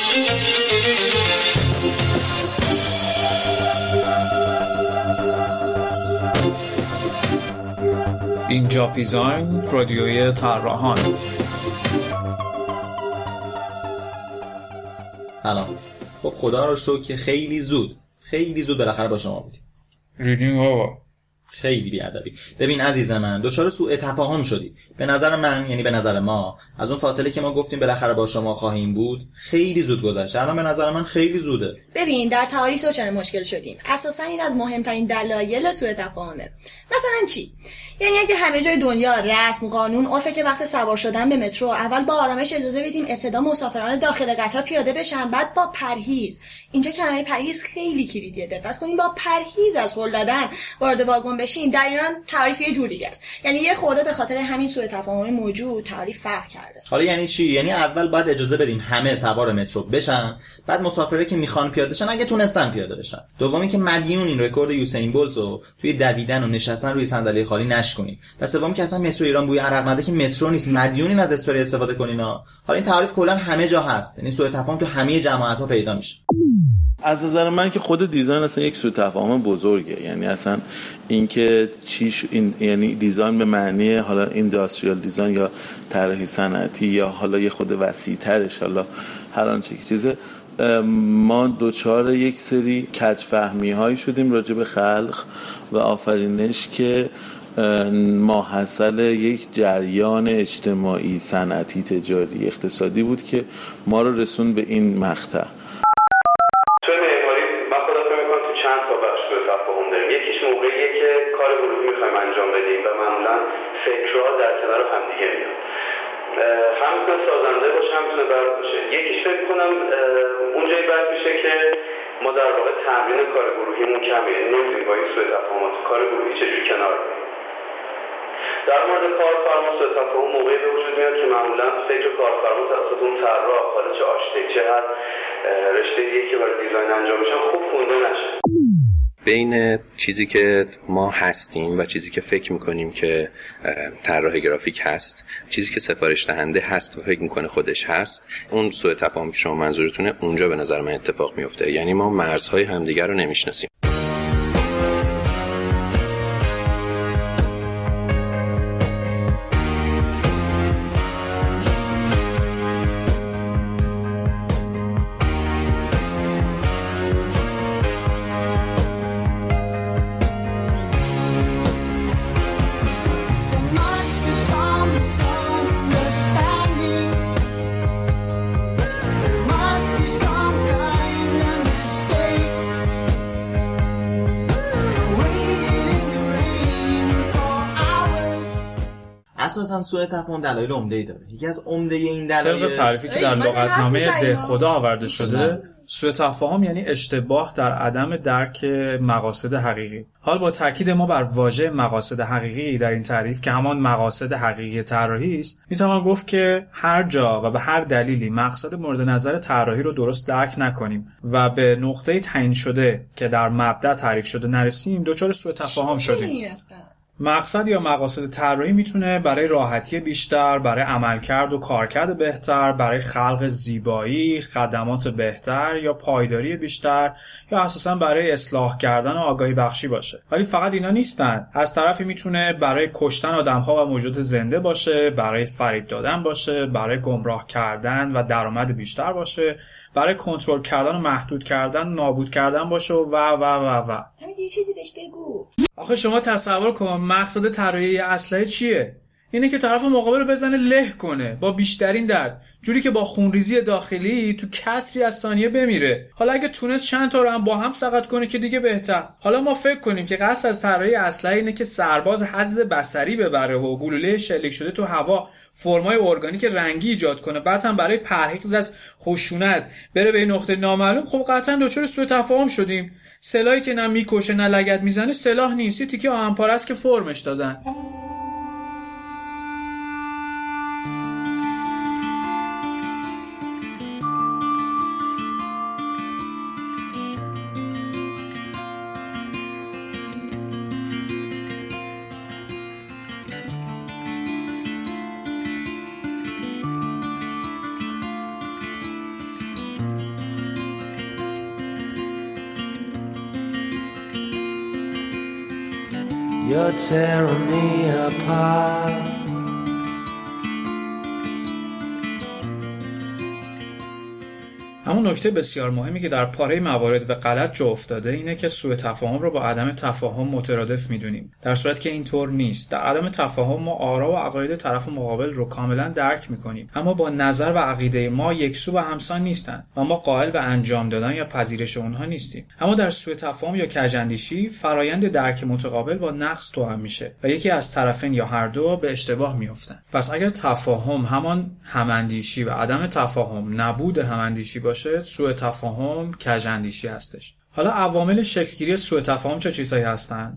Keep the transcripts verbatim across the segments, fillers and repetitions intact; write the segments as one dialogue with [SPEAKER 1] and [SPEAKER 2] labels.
[SPEAKER 1] اینجا پیزاین رادیوی طراحان.
[SPEAKER 2] سلام. خب خدا رو شکر که خیلی زود خیلی زود بالاخره با شما بودیم.
[SPEAKER 1] ریدینگ ها
[SPEAKER 2] خیلی بی‌ادبی. ببین عزیز من، دچار سوء تفاهم شدی. به نظر من، یعنی به نظر ما، از اون فاصله که ما گفتیم بالاخره با شما خواهیم بود خیلی زود گذشته. الان به نظر من خیلی زوده.
[SPEAKER 3] ببین در تعریف دچار مشکل شدیم. اساسا این از مهمترین دلایل سوء تفاهمه. مثلا چی؟ یعنی اگه همه جای دنیا رسم قانون عرفه که وقت سوار شدن به مترو اول با آرامش اجازه بدیم ابتدا مسافران داخل قطار پیاده بشن، بعد با پرهیز. اینجا کلمه پرهیز خیلی کلیدیه. دقت کنیم، با پرهیز از هل دادن وارد واگن بشین. در ایران تعریف یه جور دیگه است. یعنی یه خورده به خاطر همین سوء تفاهم موجود تعریف فرق کرده.
[SPEAKER 2] حالا یعنی چی؟ یعنی اول باید اجازه بدیم همه سوار مترو بشن، بعد مسافرایی که میخوان پیاده شن اگه تونستن پیاده بشن. دومی که مدیون این رکورد یوسین بولت رو توی دویدن و نشستن روی صندلی خالی نشکنیم. و سومی که اصلا مترو ایران بوی عرق نده که مترو نیست، مدیونین از اسپری استفاده کنین ها. حالا این تعریف کلا همه جا هست. یعنی سوء تفاهم تو همه جماعت‌ها پیدا میشه.
[SPEAKER 4] از نظر من که خود دیزاین اصلا یک سوء تفاهم بزرگه. یعنی اصلا اینکه چیش این یعنی دیزاین به معنی حالا اینداستریال دیزاین یا طراحی صنعتی یا حالا یه خود وسیع‌ترش، حالا هر آنچه که چیزه، ما دوچار یک سری کج فهمی هایی شدیم راجع به خلق و آفرینش که ماحصل یک جریان اجتماعی، صنعتی، تجاری، اقتصادی بود که ما رو رسون به این مقطع.
[SPEAKER 5] توی معماری من خودم فکر می‌کنم تو چند تا بخش سوء تفاهم داریم. یکیش موقعیه که کار گروهی می‌خوایم انجام بدیم و معمولاً فکرها در کنار همدیگه میان. هم میتونه سازنده باشه، هم میتونه بد باشه. یکیش فکر کنم اونجایی بد میشه که ما در واقع تمرین کار گروهیمون کمه. نمی‌دونیم با این سوء تفاهمات کار گروهی چجوری کنار بریم. در مورد کارفرما سوء تفاهم موقعی به وجود میاد که معمولا فکر کارفرما توسط اون طراح، حالا چه آرشیتکت چه هر رشته‌ای که برای دیزاین انجام میشه خوب خونده نشه.
[SPEAKER 6] بین چیزی که ما هستیم و چیزی که فکر میکنیم که طراح گرافیک هست، چیزی که سفارش دهنده هست و فکر میکنه خودش هست، اون سوء تفاهمی که شما منظورتونه اونجا به نظر من اتفاق میفته. یعنی ما مرزهای همدیگر رو نمیشناسیم.
[SPEAKER 2] اساساً سوء تفاهم دلایل عمده‌ای داره. یکی از عمده این دلایل
[SPEAKER 1] طبق تعریفی که در لغتنامه ده خدا آورده شده، سوء تفاهم یعنی اشتباه در عدم درک مقاصد حقیقی. حال با تاکید ما بر واژه مقاصد حقیقی در این تعریف که همان مقاصد حقیقی طراحی است، میتوان گفت که هر جا و به هر دلیلی مقصد مورد نظر طراحی رو درست درک نکنیم و به نقطه تعیین شده که در مبدأ تعریف شده نرسیم، دچار سوء تفاهم شدیم. مقصد یا مقاصد طراحی میتونه برای راحتی بیشتر، برای عملکرد و کارکرد بهتر، برای خلق زیبایی، خدمات بهتر یا پایداری بیشتر یا اساساً برای اصلاح کردن و آگاهی بخشی باشه. ولی فقط اینا نیستن. از طرفی میتونه برای کشتن آدم‌ها و موجودات زنده باشه، برای فریب دادن باشه، برای گمراه کردن و درآمد بیشتر باشه، برای کنترل کردن و محدود کردن و نابود کردن باشه و و و و.
[SPEAKER 3] همین یه چیزی بهش بگو.
[SPEAKER 1] آخه شما تصور کن مقصد طراحی اسلحه چیه؟ اینه که طرف مقابل رو بزنه له کنه با بیشترین درد، جوری که با خونریزی داخلی تو کسری از ثانیه بمیره. حالا اگه تونست چند تا رو هم با هم سقط کنه که دیگه بهتر. حالا ما فکر کنیم که قصد از طراحی اسلحه اینه که سرباز حظ بصری ببره و گلوله شلیک شده تو هوا فرمای ارگانیک رنگی ایجاد کنه، بعد هم برای پرهیز از خشونت بره به نقطه نامعلوم. خب قطعا دچار سوء تفاهم شدیم. سلاحی که نه میکشه نه لگد میزنه سلاح نیست، یه تیکه آهن‌پاره است که فرمش دادن.
[SPEAKER 7] You're tearing me apart.
[SPEAKER 1] اما نکته بسیار مهمی که در پاره موارد به غلط جا افتاده اینه که سوء تفاهم رو با عدم تفاهم مترادف میدونیم، در صورتی که اینطور نیست. در عدم تفاهم ما آرا و عقاید طرف مقابل رو کاملا درک میکنیم، اما با نظر و عقیده ما یکسو و همسان نیستن و ما قائل به انجام دادن یا پذیرش اونها نیستیم. اما در سوء تفاهم یا کژاندیشی فرایند درک متقابل با نقص توأم میشه و یکی از طرفین یا هر دو به اشتباه میافتن. پس اگر تفاهم همان هماندیشی و عدم تفاهم نبود هماندیشی باشه، سوء تفاهم کژاندیشی هستش. حالا عوامل شکلگیری سوء تفاهم چه چیزهایی هستن؟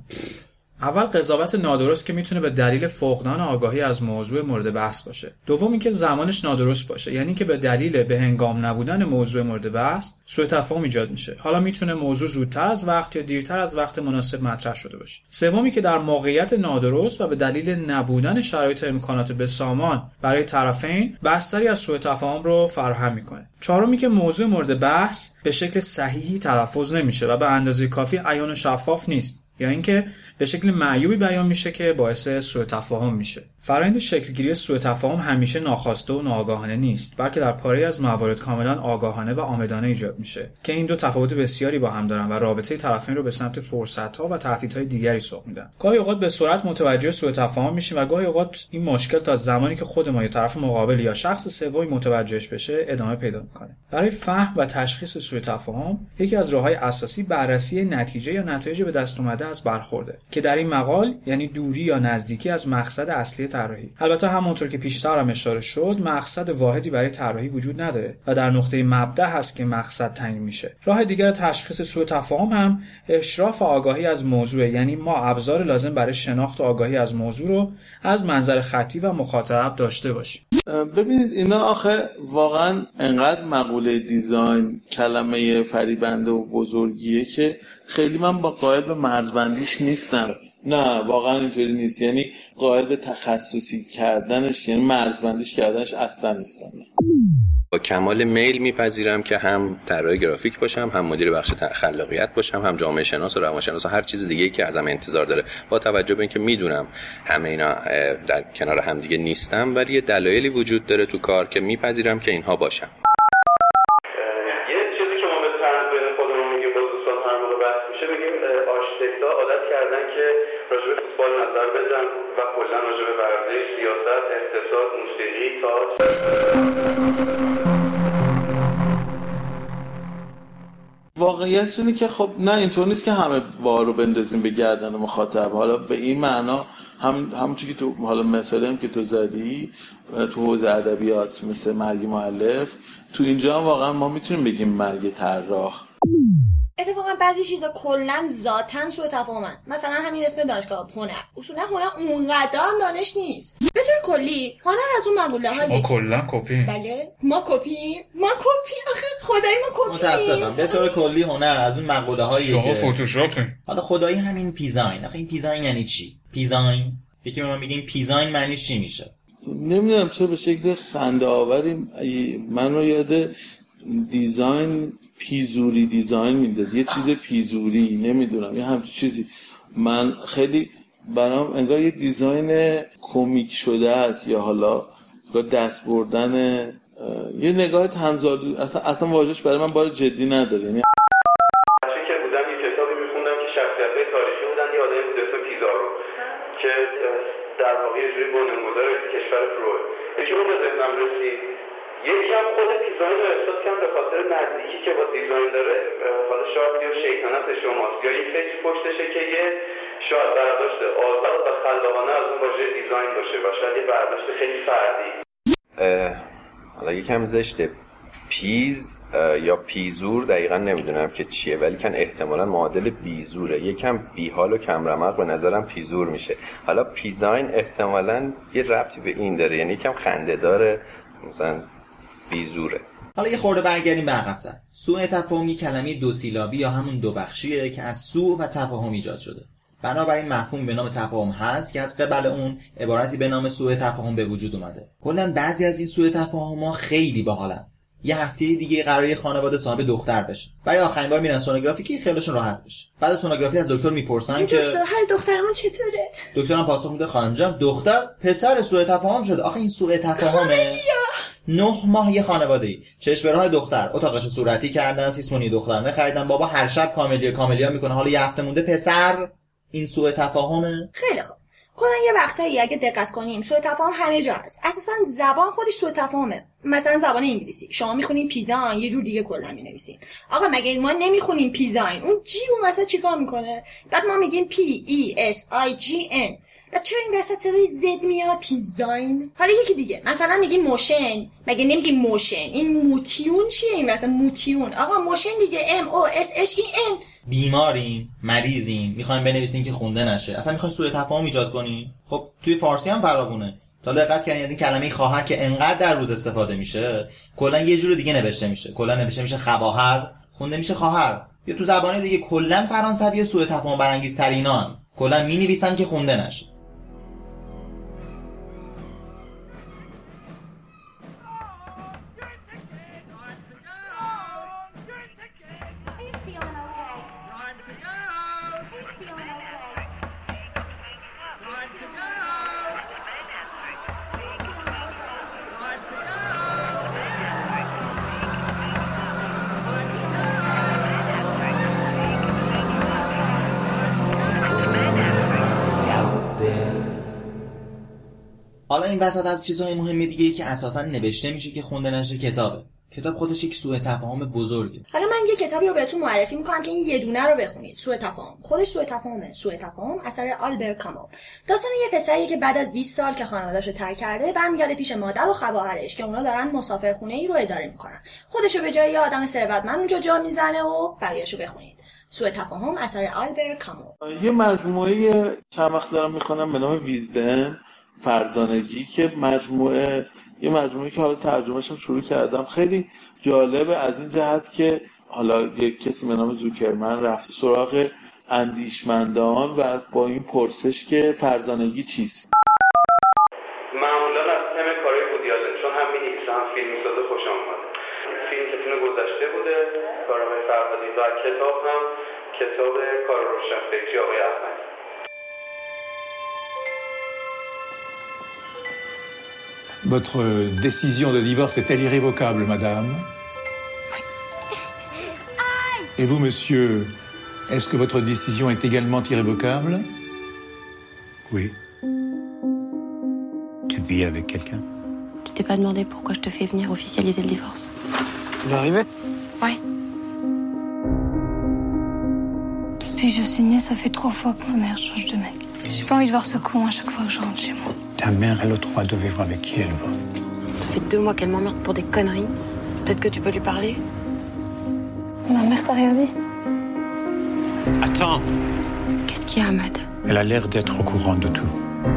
[SPEAKER 1] اول قضاوت نادرست که میتونه به دلیل فقدان آگاهی از موضوع مورد بحث باشه. دوم اینکه زمانش نادرست باشه، یعنی که به دلیل به هنگام نبودن موضوع مورد بحث سوء تفاهم ایجاد میشه. حالا میتونه موضوع زودتر از وقت یا دیرتر از وقت مناسب مطرح شده باشه. سومی که در موقعیت نادرست و به دلیل نبودن شرایط امکانات بسامان برای طرفین بستری از سوء تفاهم رو فراهم میکنه. چهارمی که موضوع مورد بحث به شکل صحیحی تلفظ نمیشه و به اندازه کافی عیان و شفاف نیست، یا اینکه به شکل معیوبی بیان میشه که باعث سوء تفاهم میشه. فرآیند شکلگیری سوء تفاهم همیشه ناخواسته و ناآگاهانه نیست، بلکه در پاره از موارد کاملا آگاهانه و عامدانه ایجاد میشه که این دو تفاوت بسیاری با هم دارن و رابطه طرفین رو به سمت فرصت‌ها و تهدیدهای دیگری سوق میدن. گاهی اوقات به سرعت متوجه سوء تفاهم میشیم و گاهی اوقات این مشکل تا زمانی که خود ما یا طرف مقابل یا شخص سومی متوجهش بشه ادامه پیدا میکنه. برای فهم و تشخیص سوء تفاهم یکی از راههای اساسی بررسی نتیجه یا نتایج به دست اومده از برخورده که در این مقال یعنی دوری یا نزدیکی از مقصد اصلی طراحی. البته همونطور که پیشتر هم اشاره شد مقصد واحدی برای طراحی وجود نداره و در نقطه مبدا هست که مقصد تعیین میشه. راه دیگر تشخیص سوء تفاهم هم اشراف و آگاهی از موضوع، یعنی ما ابزار لازم برای شناخت و آگاهی از موضوع رو از منظر خطی و مخاطب داشته باشیم.
[SPEAKER 4] ببینید اینا آخه واقعا انقدر مقوله دیزاین کلمه فریبنده و بزرگیه که خیلی من با قائل به مرزبندیش نیستم. نه واقعا اینطوری نیست، یعنی قائل به تخصصی کردنش یعنی مرزبندیش کردنش اصلا نیستم.
[SPEAKER 6] با کمال میل میپذیرم که هم طراح گرافیک باشم، هم مدیر بخش خلاقیت باشم، هم جامعه شناس و روانشناس و هر چیز دیگه‌ای که ازم انتظار داره، با توجه به اینکه میدونم همه اینا در کنار هم دیگه نیستم، ولی یه دلایلی وجود داره تو کار که میپذیرم که اینها باشم.
[SPEAKER 5] یه چیزی که ما به طرز بین خودمون میگیم با دوستان هر موقع بحث میشه، بگیم آرشیتکت‌ها عادت کردن که راجع به فوتبال نظر بدن و کلا راجع به ورزش، سیاست، اقتصاد، موسیقی، تئاتر.
[SPEAKER 4] واقعیت اینه که خب نه اینطور نیست که همه بار رو بندازیم به گردن مخاطب. حالا به این معنا هم همونطور که تو حالا مثلا هم که تو زدی تو حوزه ادبیات مثل مرگ مؤلف، تو اینجا هم واقعا ما میتونیم بگیم مرگ طراح.
[SPEAKER 3] اتفاقا بعضی چیزا کلا ذاتاً سوء تفاهمن. مثلا همین اسم دانشگاه هنر، اصولا هنر اونقدر هم دانش نیست. به طور کلی هنر از اون مقوله های
[SPEAKER 1] ما کلا کپی.
[SPEAKER 3] بله ما کپی ما کپی آخه خدای ما کپی.
[SPEAKER 2] متاسفم به طور کلی هنر از اون مقوله هایی
[SPEAKER 1] که شما فتوشاپین.
[SPEAKER 2] حالا خدایی همین پیزاین. آخه این پیزاین یعنی چی؟ پیزاین یکی به ما میگیم پیزاین معنیش چی میشه؟
[SPEAKER 4] نمیدونم چرا به شکل خنده آوری من رو یاد دیزاین پیزوری دیزاین میندازه، یه چیز پیزوری نمیدونم یه همچین چیزی. من خیلی برام انگار یه دیزاین کمیک شده است یا حالا دست بردن یه نگاه طنزآلود. اصلا اصلا واژه‌اش برای من بار جدی نداره. یعنی
[SPEAKER 5] وقتی که بودم یه کتابی میخوندم که شخصیت‌های تاریخی بودن، یه آدمی بود اسم پیزارو که در واقع یه جوری بنیانگذار کشور پرو. یکی اون به ذهنم رسید. یکی هم خود دیزاین رو احساس کردم به خاطر نزدیکی که با دیزاین داره. حالا شاید یا شیطنت شماست یا این فکر پشتشه که یه شاید برداشت آزاد و خلاقانه از اون واژه دیزاین باشه و شاید یه برداشت خیلی فردی.
[SPEAKER 6] حالا یکم زشته پیز یا پیزور دقیقا نمیدونم که چیه، ولی کن احتمالا معادل بیزوره. یکم بیحال و کم رمق به نظرم پیزور میشه. حالا پیزاین احتمالا یه ربطی به این داره، یعنی یکم خنده داره، مثلا بیزوره.
[SPEAKER 2] حالا یه خورده برگردیم به عقب‌تر. سوء تفاهم یک کلمه دو سیلابی یا همون دو بخشیه که از سوء و تفاهم ایجاد شده. بنابراین مفهوم به نام تفاهم هست که از قبل اون عبارتی به نام سوء تفاهم به وجود اومده. کلاً بعضی از این سوء تفاهم‌ها خیلی باحالن. یه هفته دیگه قراره خانواده صاحب دختر بشه. برای آخرین بار میرن سونوگرافی که خیالشون راحت بشه. بعد از سونوگرافی از دکتر میپرسن که
[SPEAKER 3] هر دخترمون چطوره؟
[SPEAKER 2] دکترم پاسخ میده خانم جان دختر پسر سوء تفاهم شده. آخه این سوء تفاهمه. نه ماه یه خانواده‌ای چشمه‌های دختر اتاقش صورتی کردن، سیسمونی دخترانه خریدن، بابا هر شب کاملی کاملیا میکنه، حالا یه هفته مونده پسر. این سوء تفاهمه.
[SPEAKER 3] خیلی خوب. کلا یه وقتایی اگه دقت کنیم سوء تفاهم همه جا هست. اساسا زبان خودش سوء تفاهمه. مثلا زبان انگلیسی شما میخونین پیزا یه جور دیگه کلا مینویسین. آقا مگه ما نمیخونیم پیزاین؟ اون جی اون وسط چیکار میکنه؟ بعد ما میگیم پی ای اس آی جی ان. بعد چرا این وسط صدای زد میاد پیزاین؟ حالا یکی دیگه مثلا میگیم موشن، مگه نمیگیم موشن؟ این موتیون چیه این مثلا موتیون؟ آقا موشن دیگه ام او اس اچ ای ان.
[SPEAKER 2] بیماریم، مریضیم، میخوایم بنویسین که خونده نشه. اصلا میخواین سوء تفاهم ایجاد کنین. خب توی فارسی هم فراوونه. تا دقت کردین از این کلمه خواهر که انقدر در روز استفاده میشه، کلا یه جور دیگه نوشته میشه. کلا نوشته میشه خواهر، خونده میشه خواهر. یا تو زبان دیگه کلا فرانسوی سوء تفاهم برانگیز ترینان. کلا مینویسن که خونده نشه. حالا این وسط از چیزهای مهمه دیگه ای که اساسا نوشته میشه که خونده نشه کتابه. کتاب خودش یک سوء تفاهم بزرگه.
[SPEAKER 3] حالا من یه کتابی رو بهتون معرفی میکنم که این یه دونه رو بخونید. سوء تفاهم. خودش سوء تفاهمه. سوء تفاهم اثر آلبر کامو. داستان یه پسریه که بعد از بیست سال که خانواده‌اشو ترک کرده برمیگرده پیش مادر و خواهرش که اونا دارن مسافرخونه‌ای رو اداره میکنن. خودشو به جای یه آدم ثروتمند اونجا جا میزنه و بقیه‌شو بخونید. سوء تفاهم اثر آلبر کامو.
[SPEAKER 4] یه مجموعه چند وقت دارم میخونم به نام ویزدن فرزانگی که مجموعه یه مجموعه که حالا ترجمه‌اش هم شروع کردم. خیلی جالبه از این جهت که حالا یک کسی به نام زوکرمن رفته سراغ اندیشمندان و با این پرسش که فرزانگی چیست.
[SPEAKER 5] معمولا از تم کارهای وودی آلن چون هم می‌نویسه هم فیلم می‌سازه خوشم اومده. فیلم که فیلم گذشته بوده کارهای فرهادی و کتاب هم کتاب کار روشنفکری آقای احمدی.
[SPEAKER 8] Votre décision de divorce est-elle irrévocable, madame? Et vous, monsieur, est-ce que votre décision est également irrévocable? Oui. Tu vis avec quelqu'un?
[SPEAKER 9] Tu t'es pas demandé pourquoi je te fais venir officialiser le divorce?
[SPEAKER 7] Tu vas arriver?
[SPEAKER 9] Ouais.
[SPEAKER 10] Depuis que je suis née, ça fait trois fois que ma mère change de mec. J'ai pas envie de voir ce con à chaque fois que je rentre chez moi.
[SPEAKER 8] Ta mère a le droit de vivre avec qui elle veut.
[SPEAKER 9] Ça fait deux mois qu'elle m'emmerde pour des conneries. Peut-être que tu peux lui parler?
[SPEAKER 10] Ma mère t'a rien dit?
[SPEAKER 8] Attends!
[SPEAKER 9] Qu'est-ce qu'il y a, Ahmad?
[SPEAKER 8] Elle a l'air d'être au courant de tout.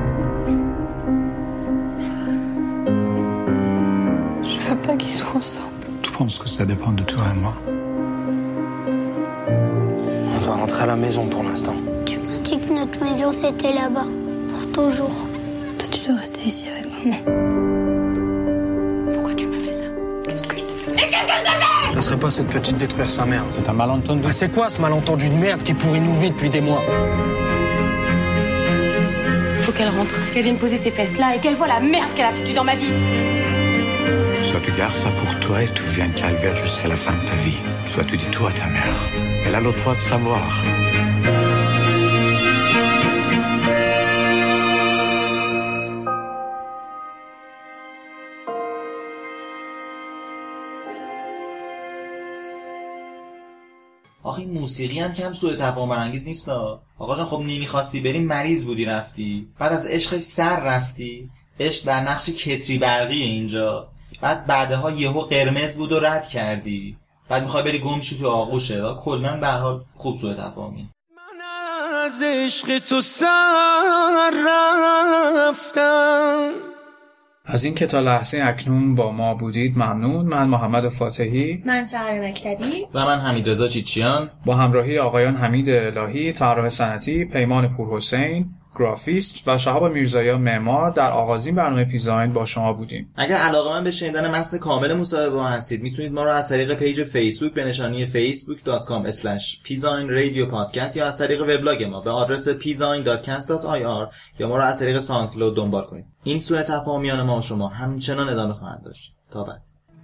[SPEAKER 10] Je veux pas qu'ils soient ensemble.
[SPEAKER 8] Je pense que ça dépend de toi et moi.
[SPEAKER 7] On doit rentrer à la maison pour l'instant.
[SPEAKER 11] Tu m'as dit que notre maison c'était là-bas, pour toujours.
[SPEAKER 10] Toi, tu dois rester ici avec maman.
[SPEAKER 9] Pourquoi tu m'as fait ça? Qu'est-ce que je t'ai fait?
[SPEAKER 7] Et qu'est-ce que je t'ai fait? Ça serait pas cette petite détruire sa mère.
[SPEAKER 8] C'est un malentendu.
[SPEAKER 7] Ah, c'est quoi ce malentendu de merde qui pourrit nous vit depuis des mois?
[SPEAKER 9] Faut qu'elle rentre, qu'elle vienne poser ses fesses là et qu'elle voit la merde qu'elle a foutue dans ma vie.
[SPEAKER 8] Soit tu gardes ça pour toi et tu viens calvaire jusqu'à la fin de ta vie. Soit tu dis tout à ta mère. Elle a le droit de savoir.
[SPEAKER 2] آخه این موسیقی هم کم سوء تفاهم برانگیز نیست. آقا جان خب نمیخواستی بریم مریض بودی رفتی، بعد از عشقش سر رفتی، عشق در نقش کتری برقی اینجا، بعد بعدها یهو قرمز بود و رد کردی، بعد میخوای بری گم شی تو آغوشه. کلا به هر حال خوب سوء تفاهمی.
[SPEAKER 7] من از عشق تو سر رفتم.
[SPEAKER 1] از این که تا لحظه اکنون با ما بودید ممنون. من محمد فاتحی،
[SPEAKER 3] من سحر مکتبی
[SPEAKER 2] و من حمیدرضا چیچیان
[SPEAKER 1] با همراهی آقایان حمید الهی، طراح صنعتی پیمان پورحسین، گرافیست و شهاب میرزایی معمار در آغازین برنامه پیزاین با شما بودیم.
[SPEAKER 2] اگر علاقه‌مند به شنیدن متن کامل مصاحبه هستید میتونید ما رو از طریق پیج فیسبوک به نشانی facebook dot com slash pizain radio podcast یا از طریق وبلاگ ما به آدرس pizain dot cast dot i r یا ما رو از طریق ساوندکلاود دنبال کنید. این سوء تفاهم میان ما و شما همچنان ادامه خواهد داشت. تا بعد.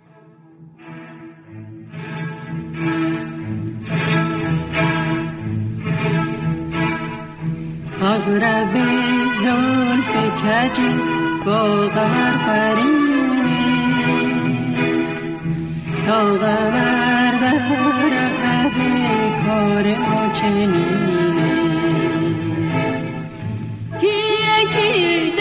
[SPEAKER 12] اغرب زلف کج با قمر قرینه تا قمر در عقب کار ما چنینه کیه کیه